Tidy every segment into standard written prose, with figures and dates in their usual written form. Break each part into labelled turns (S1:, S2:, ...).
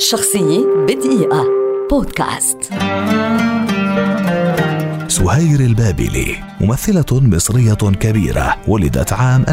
S1: شخصية بدقيقة بودكاست.
S2: سهير البابلي ممثلة مصرية كبيرة، ولدت عام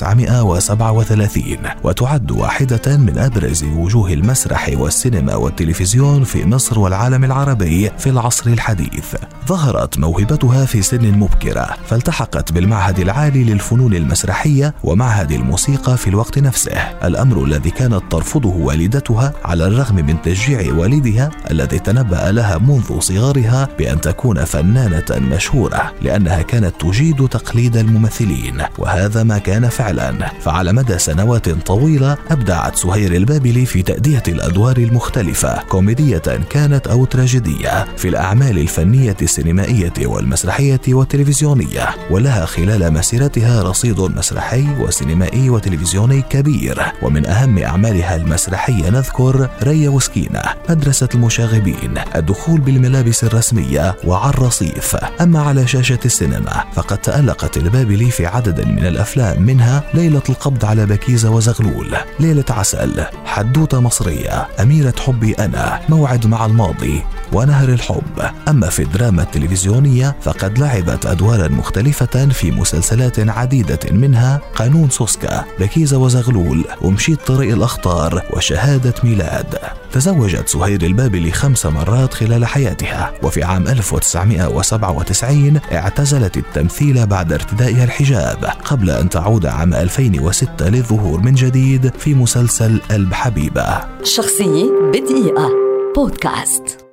S2: 1937 وتعد واحدة من أبرز وجوه المسرح والسينما والتلفزيون في مصر والعالم العربي في العصر الحديث. ظهرت موهبتها في سن مبكرة، فالتحقت بالمعهد العالي للفنون المسرحية ومعهد الموسيقى في الوقت نفسه، الأمر الذي كانت ترفضه والدتها على الرغم من تشجيع والدها الذي تنبأ لها منذ صغرها بأن تكون فنانة مشهورة، لأنها كانت تجيد تقليد الممثلين، وهذا ما كان فعلا. فعلى مدى سنوات طويلة أبدعت سهير البابلي في تأدية الأدوار المختلفة، كوميدية كانت أو تراجيدية، في الأعمال الفنية السينمائية والمسرحية والتلفزيونية، ولها خلال مسيرتها رصيد مسرحي وسينمائي وتلفزيوني كبير. ومن أهم أعمالها المسرحية نذكر ريا وسكينة، مدرسة المشاغبين، الدخول بالملابس الرسمية، وعالرصيف. أما على شاشة السينما فقد تألقت البابلي في عدد من الأفلام، منها ليلة القبض على بكيزة وزغلول، ليلة عسل، حدوتة مصرية، أميرة حبي أنا، موعد مع الماضي، ونهر الحب. أما في الدراما التلفزيونية فقد لعبت أدوارا مختلفة في مسلسلات عديدة، منها قانون سوسكا، بكيزة وزغلول، ومشيت طريق الأخطار، وشهادة ميلاد. تزوجت سهير البابلي 5 مرات خلال حياتها، وفي عام 1997 اعتزلت التمثيل بعد ارتدائها الحجاب، قبل أن تعود عام 2006 للظهور من جديد في مسلسل قلب حبيبة.
S1: شخصية بدقيقة بودكاست.